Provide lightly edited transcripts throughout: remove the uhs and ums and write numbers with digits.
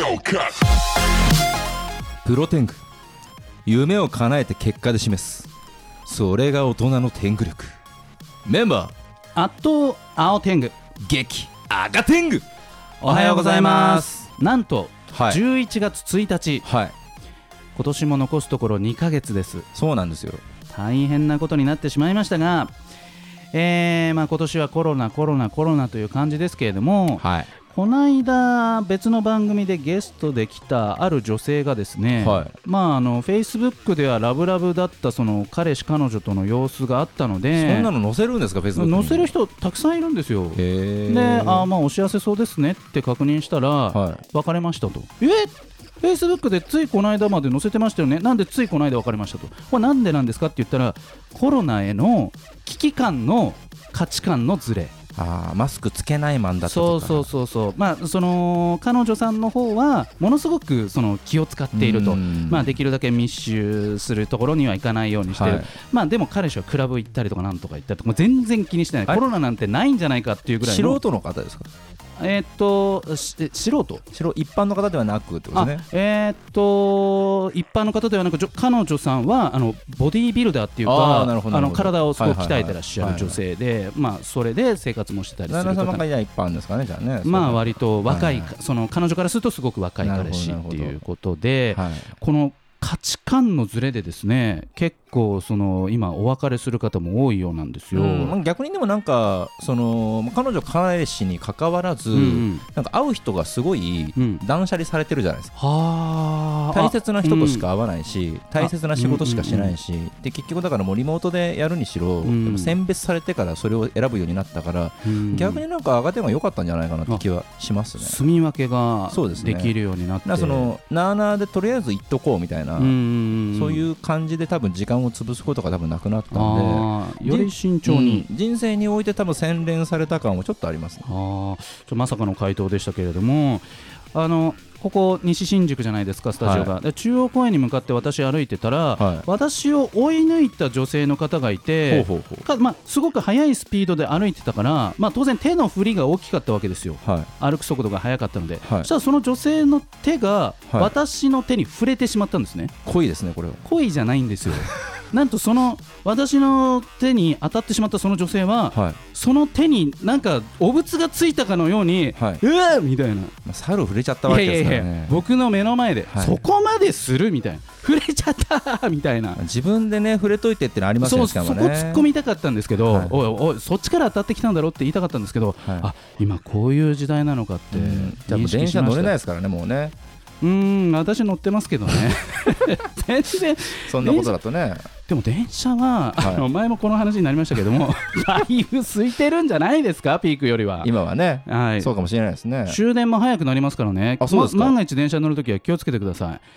プロテング、夢を叶えて結果で示す、それが大人の天狗力。メンバー青天狗、 激赤天狗。 おはようございます。なんと、 はい、 11月1日、 はい、 今年も残すところ2ヶ月です。 そうなんですよ。 大変なことになってしまいましたが、今年はコロナという感じですけれども、はい、この間別の番組でゲストで来たある女性がですね、はい、Facebook ではラブラブだったその彼氏彼女との様子があったので、 そんなの載せるんですか？ Facebook に載せる人たくさんいるんですよ。で、お幸せそうですねって確認したら、はい、別れましたと。Facebook でついこの間まで載せてましたよね。なんでついこの間別れましたと。これなんでなんですかって言ったら、コロナへの危機感の価値観のズレ。 マスクつけないマンだったとか。 そう、その彼女さんの方はものすごくその気を使っていると、できるだけ密集するところには行かないようにしてる、はい、でも彼氏はクラブ行ったりとかなんとか行ったりとか、もう全然気にしてない。コロナなんてないんじゃないかっていうぐらいの。 素人の方ですか？ 素人一般の方ではなくってことですね。一般の方ではなく、彼女さんはボディービルダーっていうか、体をすごく鍛えてらっしゃる女性で、それで生活もしてたりする方。 旦那様が一般ですかね、じゃあね。 割と若い、その彼女からするとすごく若い彼氏っていうことで、この価値観のズレでですね、結構その今お別れする方も多いようなんですよ。 逆にでもなんかその彼女彼氏に関わらず、なんか会う人がすごい断捨離されてるじゃないですか。大切な人としか会わないし、大切な仕事しかしないし、で結局だからもうリモートでやるにしろ、でも選別されてからそれを選ぶようになったから、逆になんか赤点が良かったんじゃないかなって気はしますね。 住み分けができるようになって、 そのなあなあでとりあえず行っとこうみたいな、そういう感じで多分時間を潰すことが多分なくなったんで、 より慎重に、 人生において多分洗練された感もちょっとありますね。 まさかの回答でしたけれども、ここ西新宿じゃないですか、スタジオが、はい、中央公園に向かって私歩いてたら、はい、私を追い抜いた女性の方がいて、すごく速いスピードで歩いてたから、当然手の振りが大きかったわけですよ、はい、歩く速度が速かったので、そしたらその女性の手が私の手に触れてしまったんですね。 恋ですね、これは。 恋じゃないんですよなんとその私の手に当たってしまったその女性は、その手になんか汚物がついたかのように、うわみたいな、 猿触れちゃったわけですからね。 僕の目の前で、そこまでするみたいな、触れちゃったみたいな。 自分でね触れといてってのありますよね。 そこ突っ込みたかったんですけど、おいそっちから当たってきたんだろうって言いたかったんですけど、今こういう時代なのかって認識しました。 電車乗れないですからね、もうね。 私乗ってますけどね全然そんなことだとね。 でも電車は、前もこの話になりましたけどもだいぶ空いてるんじゃないですか、ピークよりは。 今はね、そうかもしれないですね。 終電も早くなりますからね。万が一電車に乗るときは気をつけてください。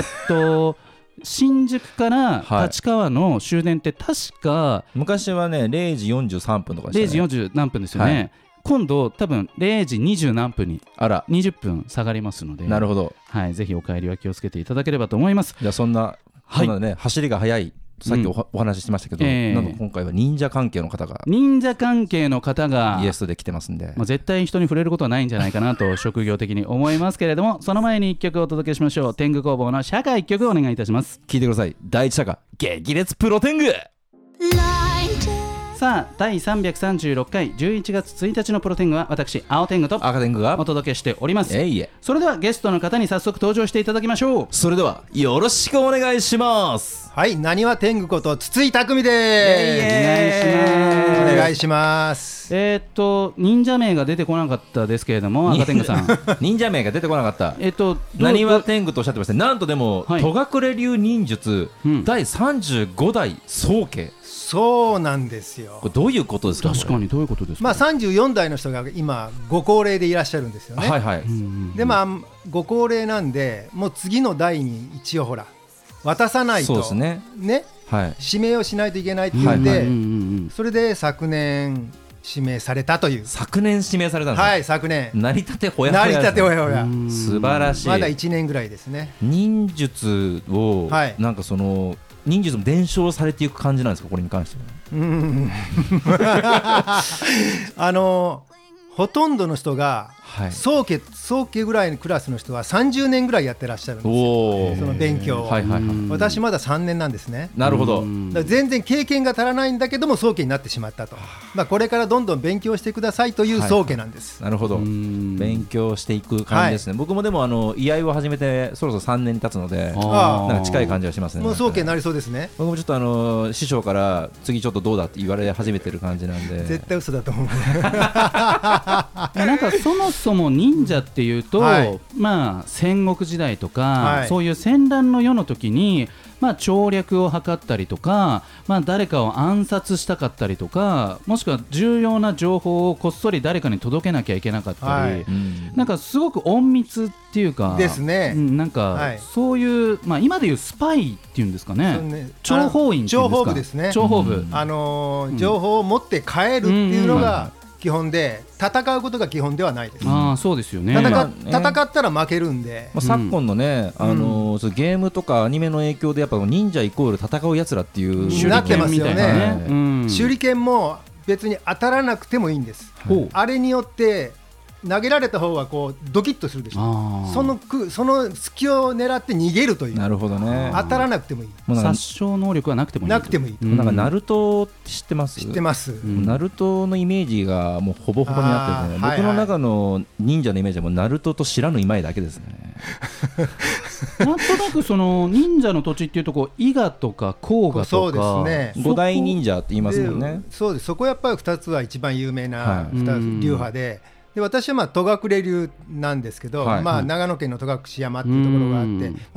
新宿から立川の終電って確か、 昔はね0時43分とかでしたね。 0時40何分ですよね。今度多分0時20何分に20分下がりますので、 なるほど、 ぜひお帰りは気をつけていただければと思います。 じゃあそんなね、走りが速い、さっき お話ししてましたけど、なんか今回は忍者関係の方がイエスで来てますんで、 絶対人に触れることはないんじゃないかなと職業的に思いますけれども、その前に1曲お届けしましょう。天狗工房の社会1曲お願いいたします。 聞いてください。第一社歌激烈プロ天狗。 さあ、第336回11月1日のプロ天狗は私青天狗と赤天狗がお届けしております。それではゲストの方に早速登場していただきましょう。 それではよろしくお願いします。 はい、なにわ天狗こと筒井匠です。お願いします。 忍者名が出てこなかったですけれども、赤天狗さん忍者名が出てこなかった。なにわ天狗とおっしゃってました。なんとでも戸隠流忍術第35代宗家。 そうなんですよ。 これどういうことですか？ 確かにどういうことですか？ 34代の人が今ご高齢でいらっしゃるんですよね。でご高齢なんで、もう次の代に一応ほら渡さないとね、指名をしないといけないって言って、それで昨年指名されたという。 昨年指名されたんですか？昨年。成り立てほやほや。 成り立てほやほや。 素晴らしい。 まだ1年ぐらいですね。 忍術をなんかその忍術も伝承されていく感じなんですか、これに関しては。 ほとんどの人が宗家ぐらいのクラスの人は30年ぐらいやってらっしゃるんですよ、その勉強を。私まだ3年なんですね。 なるほど。 だから全然経験が足らないんだけども宗家になってしまったと、これからどんどん勉強してくださいという宗家なんです。 なるほど。勉強していく感じですね。僕もでも居合を始めてそろそろ3年に経つので、なんか近い感じはしますね。 もう宗家になりそうですね。 僕もちょっと師匠から次ちょっとどうだって言われ始めてる感じなんで。 絶対嘘だと思う。 なんかそもそも忍者っていうと、戦国時代とか、そういう戦乱の世の時に調略を図ったりとか、誰かを暗殺したかったりとか、もしくは重要な情報をこっそり誰かに届けなきゃいけなかったり、なんかすごく隠密っていうかですね。 なんかそういう、今でいうスパイっていうんですかね、諜報員っていうんですか、 諜報部ですね。 諜報部、 情報を持って帰るっていうのが基本で、戦うことが基本ではないです。 そうですよね。 戦ったら負けるんで、 昨今のね、ゲームとかアニメの影響でやっぱ忍者イコール戦うやつらっていうなってますよね。手裏剣も別に当たらなくてもいいんです。あれによって投げられた方はこうドキッとするでしょ。その隙を狙って逃げるという。 なるほどね。 当たらなくてもいい。 殺傷能力はなくてもいい。 なくてもいい。 なんかナルト知ってます？ 知ってます。 ナルトのイメージがもうほぼほぼにあってね、僕の中の忍者のイメージはもうナルトと知らぬ今井だけですね。 なんとなくその忍者の土地っていうとこう伊賀とか甲賀とか、 そうですね。 五大忍者って言いますもんね。 そうです。そこやっぱり2つは一番有名な2つ流派で。私は戸隠流なんですけど、長野県の戸隠山っていうところがあって、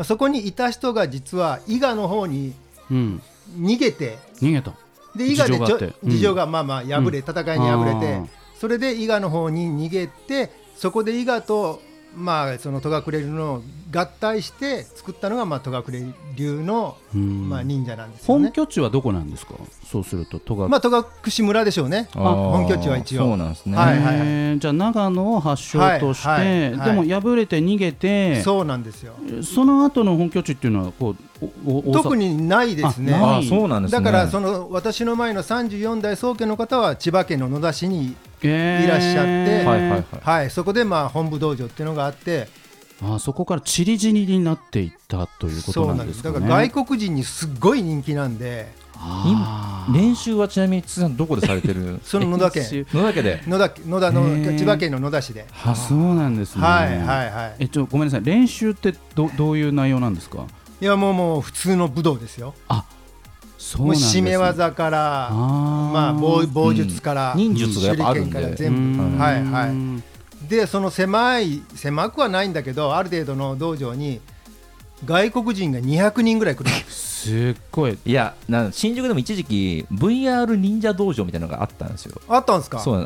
そこにいた人が実は伊賀の方に逃げたで、伊賀で事情が敗れ、戦いに敗れて、それで伊賀の方に逃げて、そこで伊賀とその戸隠流の合体して作ったのが戸隠流の忍者なんですよね。 本拠地はどこなんですか？そうすると戸隠村でしょうね。本拠地は一応。 そうなんですね。 じゃあ長野を発祥として、でも敗れて逃げて、 そうなんですよ。 その後の本拠地っていうのはこう特にないですね。 そうなんですね。 だから私の前の34代宗家の方は千葉県の野田市にいらっしゃって、そこで本部道場っていうのがあって、 そこから散り死にになっていったということなんですかね。 だから外国人にすっごい人気なんで。 練習はちなみにどこでされてる？ その野田県。 野田家で。 野田の千葉県の野田市で。 そうなんですね。ごめんなさい。練習ってどういう内容なんですか？ いやもう普通の武道ですよ。 そうなんですね。 締め技から棒術から忍術がやっぱあるんで、 手裏剣から全部。でその狭くはないんだけど、ある程度の道場に外国人が200人ぐらい来るんです。 すっごい。 いや、新宿でも一時期 VR 忍者道場みたいなのがあったんですよ。 あったんですか？ そう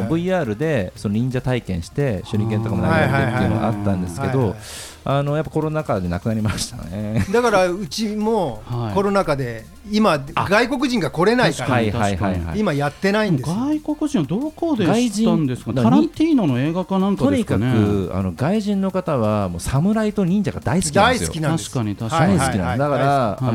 VR でその忍者体験して手裏剣とかも投げられてっていうのがあったんですけど、やっぱコロナ禍でなくなりましたね。 だからうちもコロナ禍で今外国人が来れないから今やってないんですよ。 外国人はどこで知ったんですか？タランティーノの映画かなんかですかね。 とにかく外人の方はもう侍と忍者が大好きなんですよ。 確かに大好きなんだから、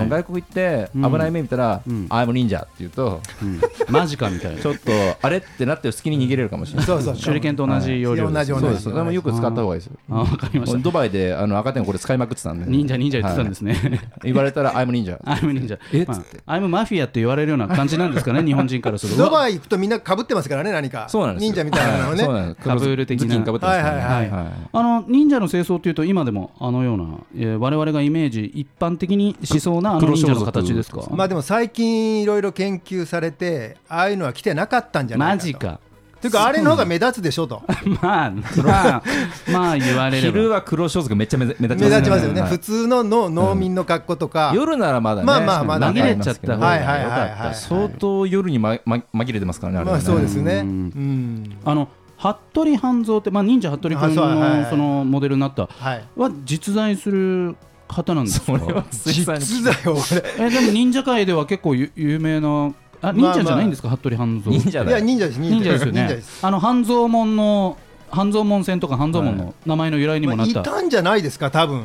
外国行って危ない目見たらあいも忍者って言うとマジかみたいな、 ちょっとあれってなって隙に逃げれるかもしれない。 手裏剣と同じ要領です。 そうです。でもよく使った方がいいですよ。 わかりました。 ドバイで赤点これ使いまくってたんで、 忍者言ってたんですね。 言われたらアイム忍者、 アイム忍者、アイムマフィアって言われるような感じなんですかね、日本人からすると。 ドバイ行くとみんな被ってますからね、何か忍者みたいなのね、 カブール的な。忍者の清掃というと今でもような我々がイメージ一般的にしそうな忍者の形ですか？ でも最近いろいろ研究されて、ああいうのは来てなかったんじゃないかと。 マジか。 というかあれの方が目立つでしょと。 まあ言われれば昼は黒装束めっちゃ目立ちますよね。普通の農民の格好とか、 夜ならまだね、 紛れちゃった方がよかった。 相当夜に紛れてますからね、あれね。 そうですね。 服部半蔵って、忍者服部君のそのモデルになったは実在する方なんですか？ 実在よ。 でも忍者界では結構有名な。忍者じゃないんですか？服部半蔵。 忍者です。忍者ですよね。半蔵門線とか半蔵門の名前の由来にもなった。 いたんじゃないですか、多分。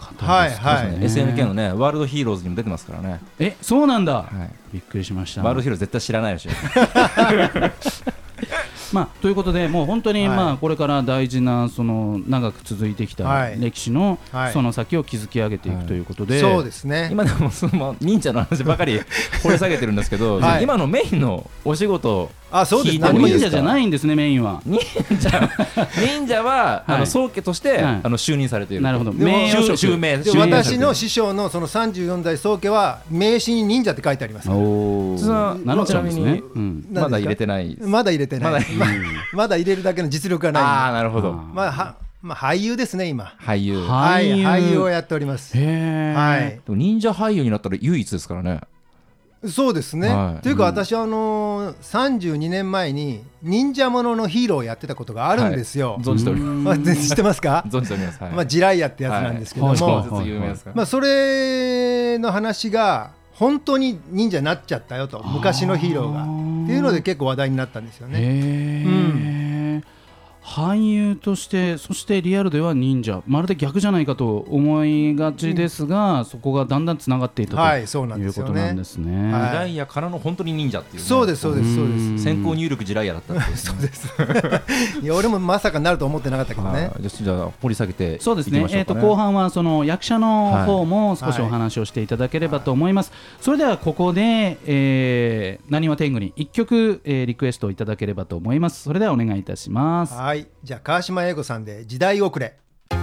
SNK のね、ワールドヒーローズにも出てますからね。 そうなんだ。びっくりしました。 ワールドヒーローズ絶対知らないでしょ。 ということでもう本当にこれから大事なその長く続いてきた歴史のその先を築き上げていくということで、 そうですね。 今でもその忍者の話ばかり掘り下げてるんですけど、今のメインのお仕事そうです。 忍者じゃないんですね、メインは。 忍者は宗家として就任されている。 なるほど。 襲名。 私の師匠のその34代宗家は名刺に忍者って書いてあります。 なのちゃんですね。 まだ入れてない。 まだ入れてない。まだ入れるだけの実力がない。 なるほど。 俳優ですね、今。 俳優。 俳優をやっております。 忍者俳優になったら唯一ですからね。 そうですね。というか私は32年前に忍者もののヒーローをやってたことがあるんですよ。 存じております。 知ってますか？ 存じております。 ジライアってやつなんですけども、それの話が本当に忍者になっちゃったよと、昔のヒーローがっていうので結構話題になったんですよね。 俳優としてそしてリアルでは忍者、まるで逆じゃないかと思いがちですが、そこがだんだんつながっていたということなんですね。 ジライアからの本当に忍者っていう、 そうですそうですそうです。 先行入力ジライアだったんです。 そうです。いや俺もまさかなると思ってなかったけどね。 じゃあ掘り下げていきましょうかね。 そうですね。後半はその役者の方も少しお話をしていただければと思います。それではここでなにわ天狗に1曲リクエストをいただければと思います。それではお願いいたします。 はい、じゃあ川島英吾さんで時代遅れ。 さ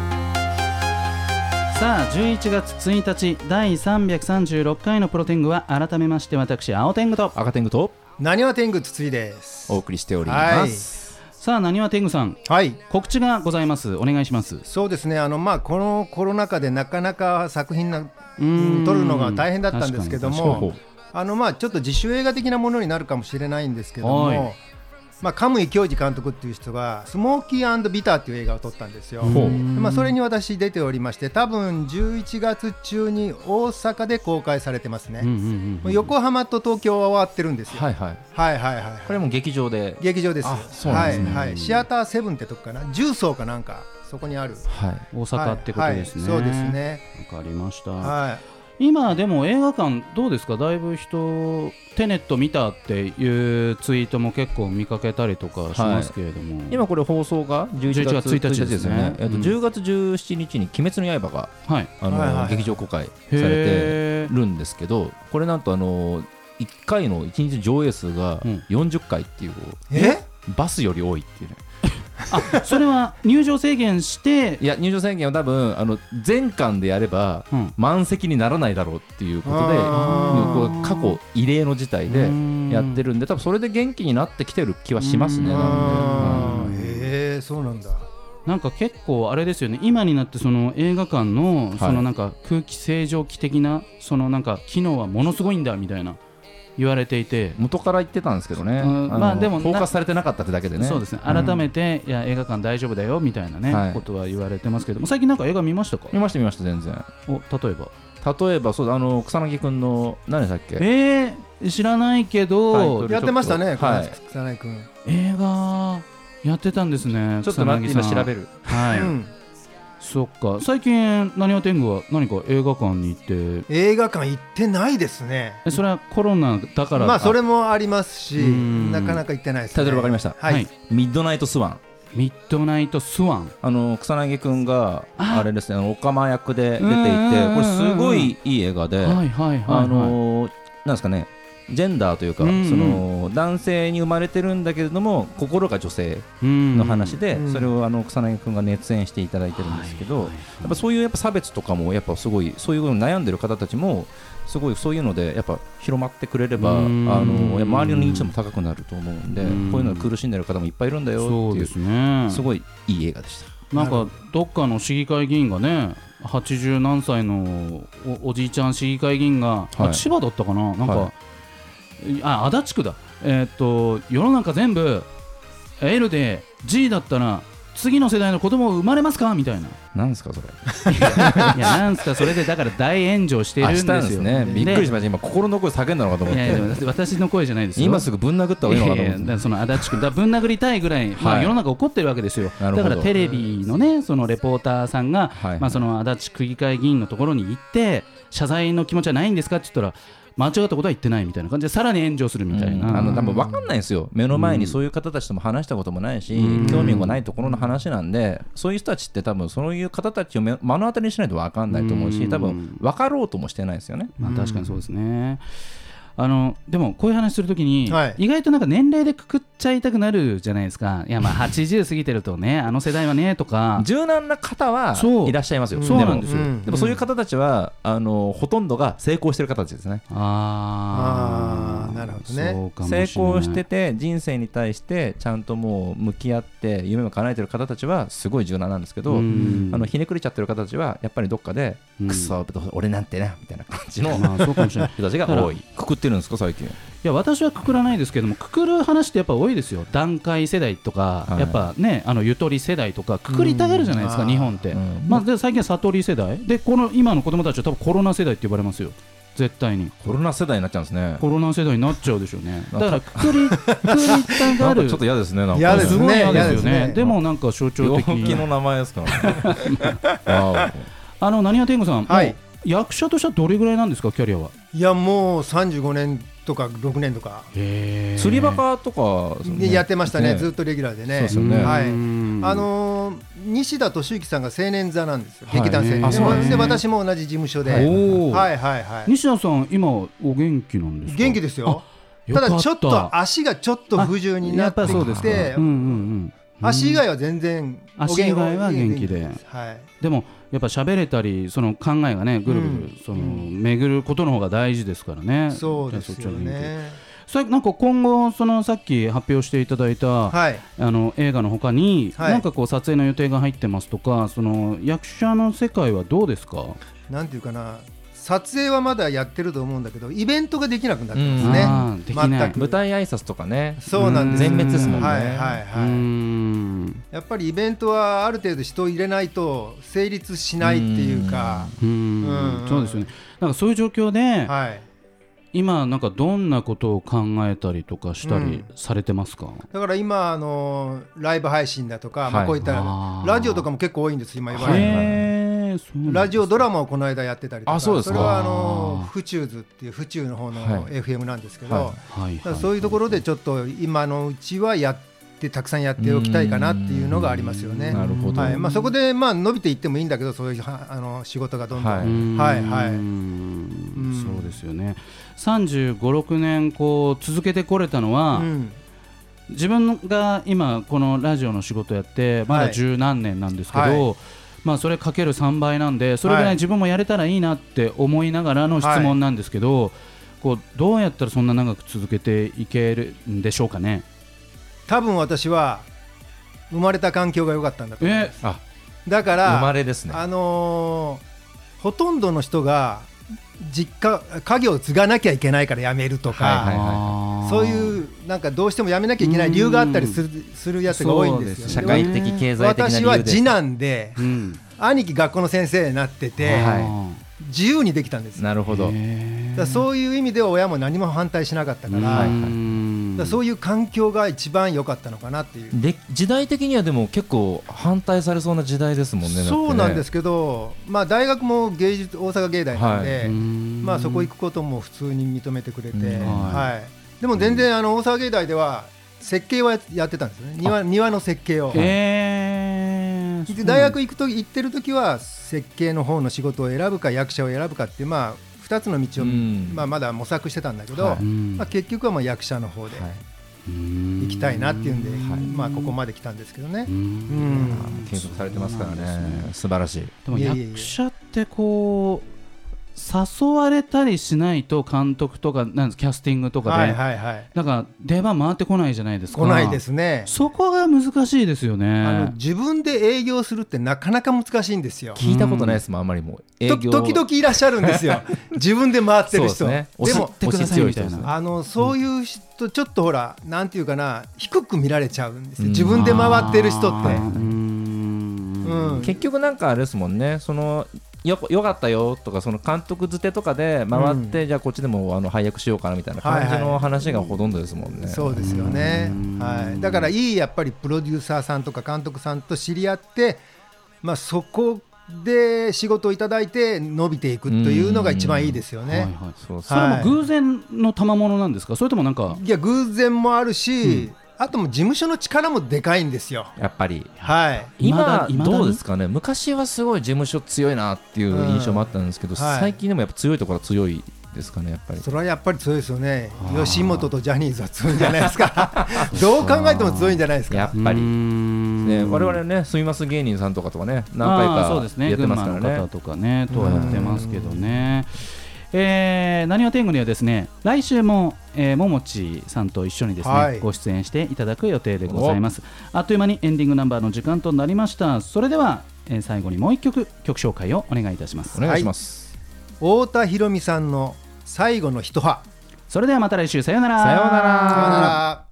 あ11月1日第336回のプロ天狗は改めまして私青天狗と赤天狗となにわ天狗筒井ですお送りしております。 さあなにわ天狗さん、告知がございます。お願いします。 そうですね。このコロナ禍でなかなか作品撮るのが大変だったんですけども、ちょっと自主映画的なものになるかもしれないんですけども、カムイ京二監督っていう人がスモーキー&ビターっていう映画を撮ったんですよ。それに私出ておりまして、多分11月中に大阪で公開されてますね。横浜と東京は終わってるんですよ。 これも劇場で。 劇場です。シアターセブンってとこかな、重曹かなんかそこにある。 大阪ってことですね。 そうですね。 わかりました。今でも映画館どうですか？だいぶ人テネット見たっていうツイートも結構見かけたりとかしますけれども、 今これ放送が11月1日ですよね。10月17日に鬼滅の刃が劇場公開されてるんですけど、これなんと1回の1日上映数が40回っていう、バスより多いっていうね。 それは入場制限して？ いや、入場制限は多分全館でやれば満席にならないだろうっていうことで、過去異例の事態でやってるんで、多分それで元気になってきてる気はしますね。 そうなんだ。 なんか結構あれですよね、今になってその映画館のそのなんか空気清浄機的なそのなんか機能はものすごいんだみたいな言われていて、 元から言ってたんですけどね、でもフォーカスされてなかったってだけでね。 そうですね。改めて、いや映画館大丈夫だよみたいなね、ことは言われてますけども、最近なんか映画見ましたか？ 見ました全然。例えばそうだ、草薙くんの何でしたっけ？ 知らないけどやってましたね。草薙くん映画やってたんですね。 ちょっと待って、今調べる。 そっか。最近なにわ天狗は何か映画館に行って？ 映画館行ってないですね。 それはコロナだから？ それもありますし、なかなか行ってないですね。 タイトルわかりました。ミッドナイトスワン。 ミッドナイトスワン。 草薙くんがあれですね、オカマ役で出ていて、これすごいいい映画で、なんですかね、ジェンダーというか、その男性に生まれてるんだけれども心が女性の話で、それを草薙くんが熱演していただいてるんですけど、やっぱそういう差別とかもやっぱすごい、そういうの悩んでる方たちもすごいそういうのでやっぱ広まってくれれば、周りの認知度も高くなると思うんで、こういうの苦しんでる方もいっぱいいるんだよっていう、すごいいい映画でした。 なんかどっかの市議会議員がね、80何歳の おじいちゃん市議会議員が、千葉だったかな、なんか、足立区だ、世の中全部 L で G だったら次の世代の子供生まれますかみたいな。 なんですかそれ。 いやなんすかそれで、だから大炎上してるんですよ。 びっくりしました。今心の声叫んだのかと思って。 いや私の声じゃないですよ。 今すぐぶん殴った方がいいのかと思って。 その足立区だぶん殴りたいぐらい、世の中怒ってるわけですよ。だからテレビのね、そのレポーターさんが、その足立区議会議員のところに行って謝罪の気持ちはないんですかって言ったら、 間違ったことは言ってないみたいな感じでさらに炎上するみたいな、 多分分かんないんですよ。目の前にそういう方たちとも話したこともないし、興味もないところの話なんで、そういう人たちって多分そういう方たちを目の当たりにしないと分かんないと思うし、多分分かろうともしてないですよね。 確かにそうですね。でもこういう話するときに、意外となんか年齢でくくっちゃいたくなるじゃないですか。いやまあ80過ぎてるとね、あの世代はねとか柔軟な方はいらっしゃいますよ。 そうなんですよ。 でもそういう方たちはほとんどが成功してる方たちですね。 なるほどね。 成功してて人生に対してちゃんともう向き合って夢も叶えてる方たちはすごい柔軟なんですけど、ひねくれちゃってる方たちはやっぱりどっかでクソ俺なんてなみたいな感じの人たちが多い。くくってるんですか最近。 いや私はくくらないですけども、くくる話ってやっぱ多いですよ。団塊世代とか、やっぱねゆとり世代とかくくりたがるじゃないですか、日本って。で最近は悟り世代で、この今の子供たちは多分コロナ世代って呼ばれますよ。絶対にコロナ世代になっちゃうんですね。 コロナ世代になっちゃうでしょうね。だからくくりたがるちょっと嫌ですね。 嫌ですね。 すごい嫌ですよね。でもなんか象徴的陽気の名前ですからね。 なにわ天狗さん、もう役者としてはどれぐらいなんですか、キャリアは。 いやもう35年とか6年とか。 釣りバカとかやってましたね。ずっとレギュラーでね。 そうですよね。 はい。西田敏行さんが青年座なんですよ。劇団青年で、私も同じ事務所で。 西田さん今お元気なんですか。 元気ですよ。ただちょっと足がちょっと不自由になってきて、足以外は全然足以外は元気で。でもやっぱ喋れたり、その考えがねぐるぐる巡ることの方が大事ですからね。 そうですよね。 なんか今後さっき発表していただいた映画の他になんかこう撮影の予定が入ってますとか、役者の世界はどうですか。 なんていうかな、撮影はまだやってると思うんだけど、イベントができなくなってますね。全く舞台挨拶とかね。 そうなんです。 全滅ですもんね。やっぱりイベントはある程度人を入れないと成立しないっていうか。 そうですよね。なんかそういう状況で今なんかどんなことを考えたりとかしたりされてますか。 だから今ライブ配信だとか、こういったラジオとかも結構多いんです今。ラジオドラマをこの間やってたりとか、それは府中図っていう府中の方の FM なんですけど、そういうところでちょっと今のうちはたくさんやっておきたいかなっていうのがありますよね。 なるほど。 そこで伸びていってもいいんだけど、そういう仕事がどんどんそうですよね。35、6年こう続けてこれたのは、自分が今このラジオの仕事やってまだ十何年なんですけど、それかける3倍なんで、それぐらい自分もやれたらいいなって思いながらの質問なんですけど、こうどうやったらそんな長く続けていけるんでしょうかね。 多分私は生まれた環境が良かったんだと思います。だから生まれですね。 ほとんどの人が家業を継がなきゃいけないから辞めるとか、そういうなんかどうしても辞めなきゃいけない理由があったりするやつが多いんですよ。 社会的経済的な理由で。 私は次男で、兄貴学校の先生になってて、自由にできたんです。 なるほど。 そういう意味では親も何も反対しなかったから、そういう環境が一番良かったのかなっていう。 で時代的にはでも結構反対されそうな時代ですもんね。 そうなんですけど、大学も大阪芸大なんで、そこ行くことも普通に認めてくれて、でも全然大阪芸大では設計はやってたんですよね。庭の設計を。大学行ってる時は設計の方の仕事を選ぶか役者を選ぶかっていう2つの道をまだ模索してたんだけど、結局は役者の方で行きたいなっていうんで、ここまで来たんですけどね。 継続されてますからね。素晴らしい。 でも役者ってこう誘われたりしないと監督とかキャスティングとかでなんか出番回ってこないじゃないですか。 来ないですね。 そこが難しいですよね。 自分で営業するってなかなか難しいんですよ。 聞いたことないですもん、あんまりも営業時々いらっしゃるんですよ。自分で回ってる人。でもそういう人ちょっとほらなんていうかな、低く見られちゃうんですよ。自分で回ってる人って。 結局なんかあれですもんね。よかったよとか、その監督づてとかで回って、じゃあこっちでも配役しようかなみたいな感じの話がほとんどですもんね。 そうですよね。だからやっぱりプロデューサーさんとか監督さんと知り合って、そこで仕事をいただいて伸びていくというのが一番いいですよね。 それも偶然の賜物なんですか、それともなんか。 いや偶然もあるし、あとも事務所の力もでかいんですよ、 やっぱり。 はい、 今どうですかね。昔はすごい事務所強いなっていう印象もあったんですけど、最近でもやっぱ強いところは強いですかね、やっぱり。 それはやっぱり強いですよね。吉本とジャニーズは強いんじゃないですかどう考えても強いんじゃないですか、 やっぱりね。我々ね、住みます芸人さんとかね、何回かやってますからね。 群馬の方とかねとやってますけどね。なにわ天狗にはですね、来週もももちさんと一緒にですね、ご出演していただく予定でございます。あっという間にエンディングナンバーの時間となりました。それでは、最後にもう一曲紹介をお願いいたします。 お願いします。 太田裕美さんの最後の一葉。 それではまた来週、さようなら。 さようなら。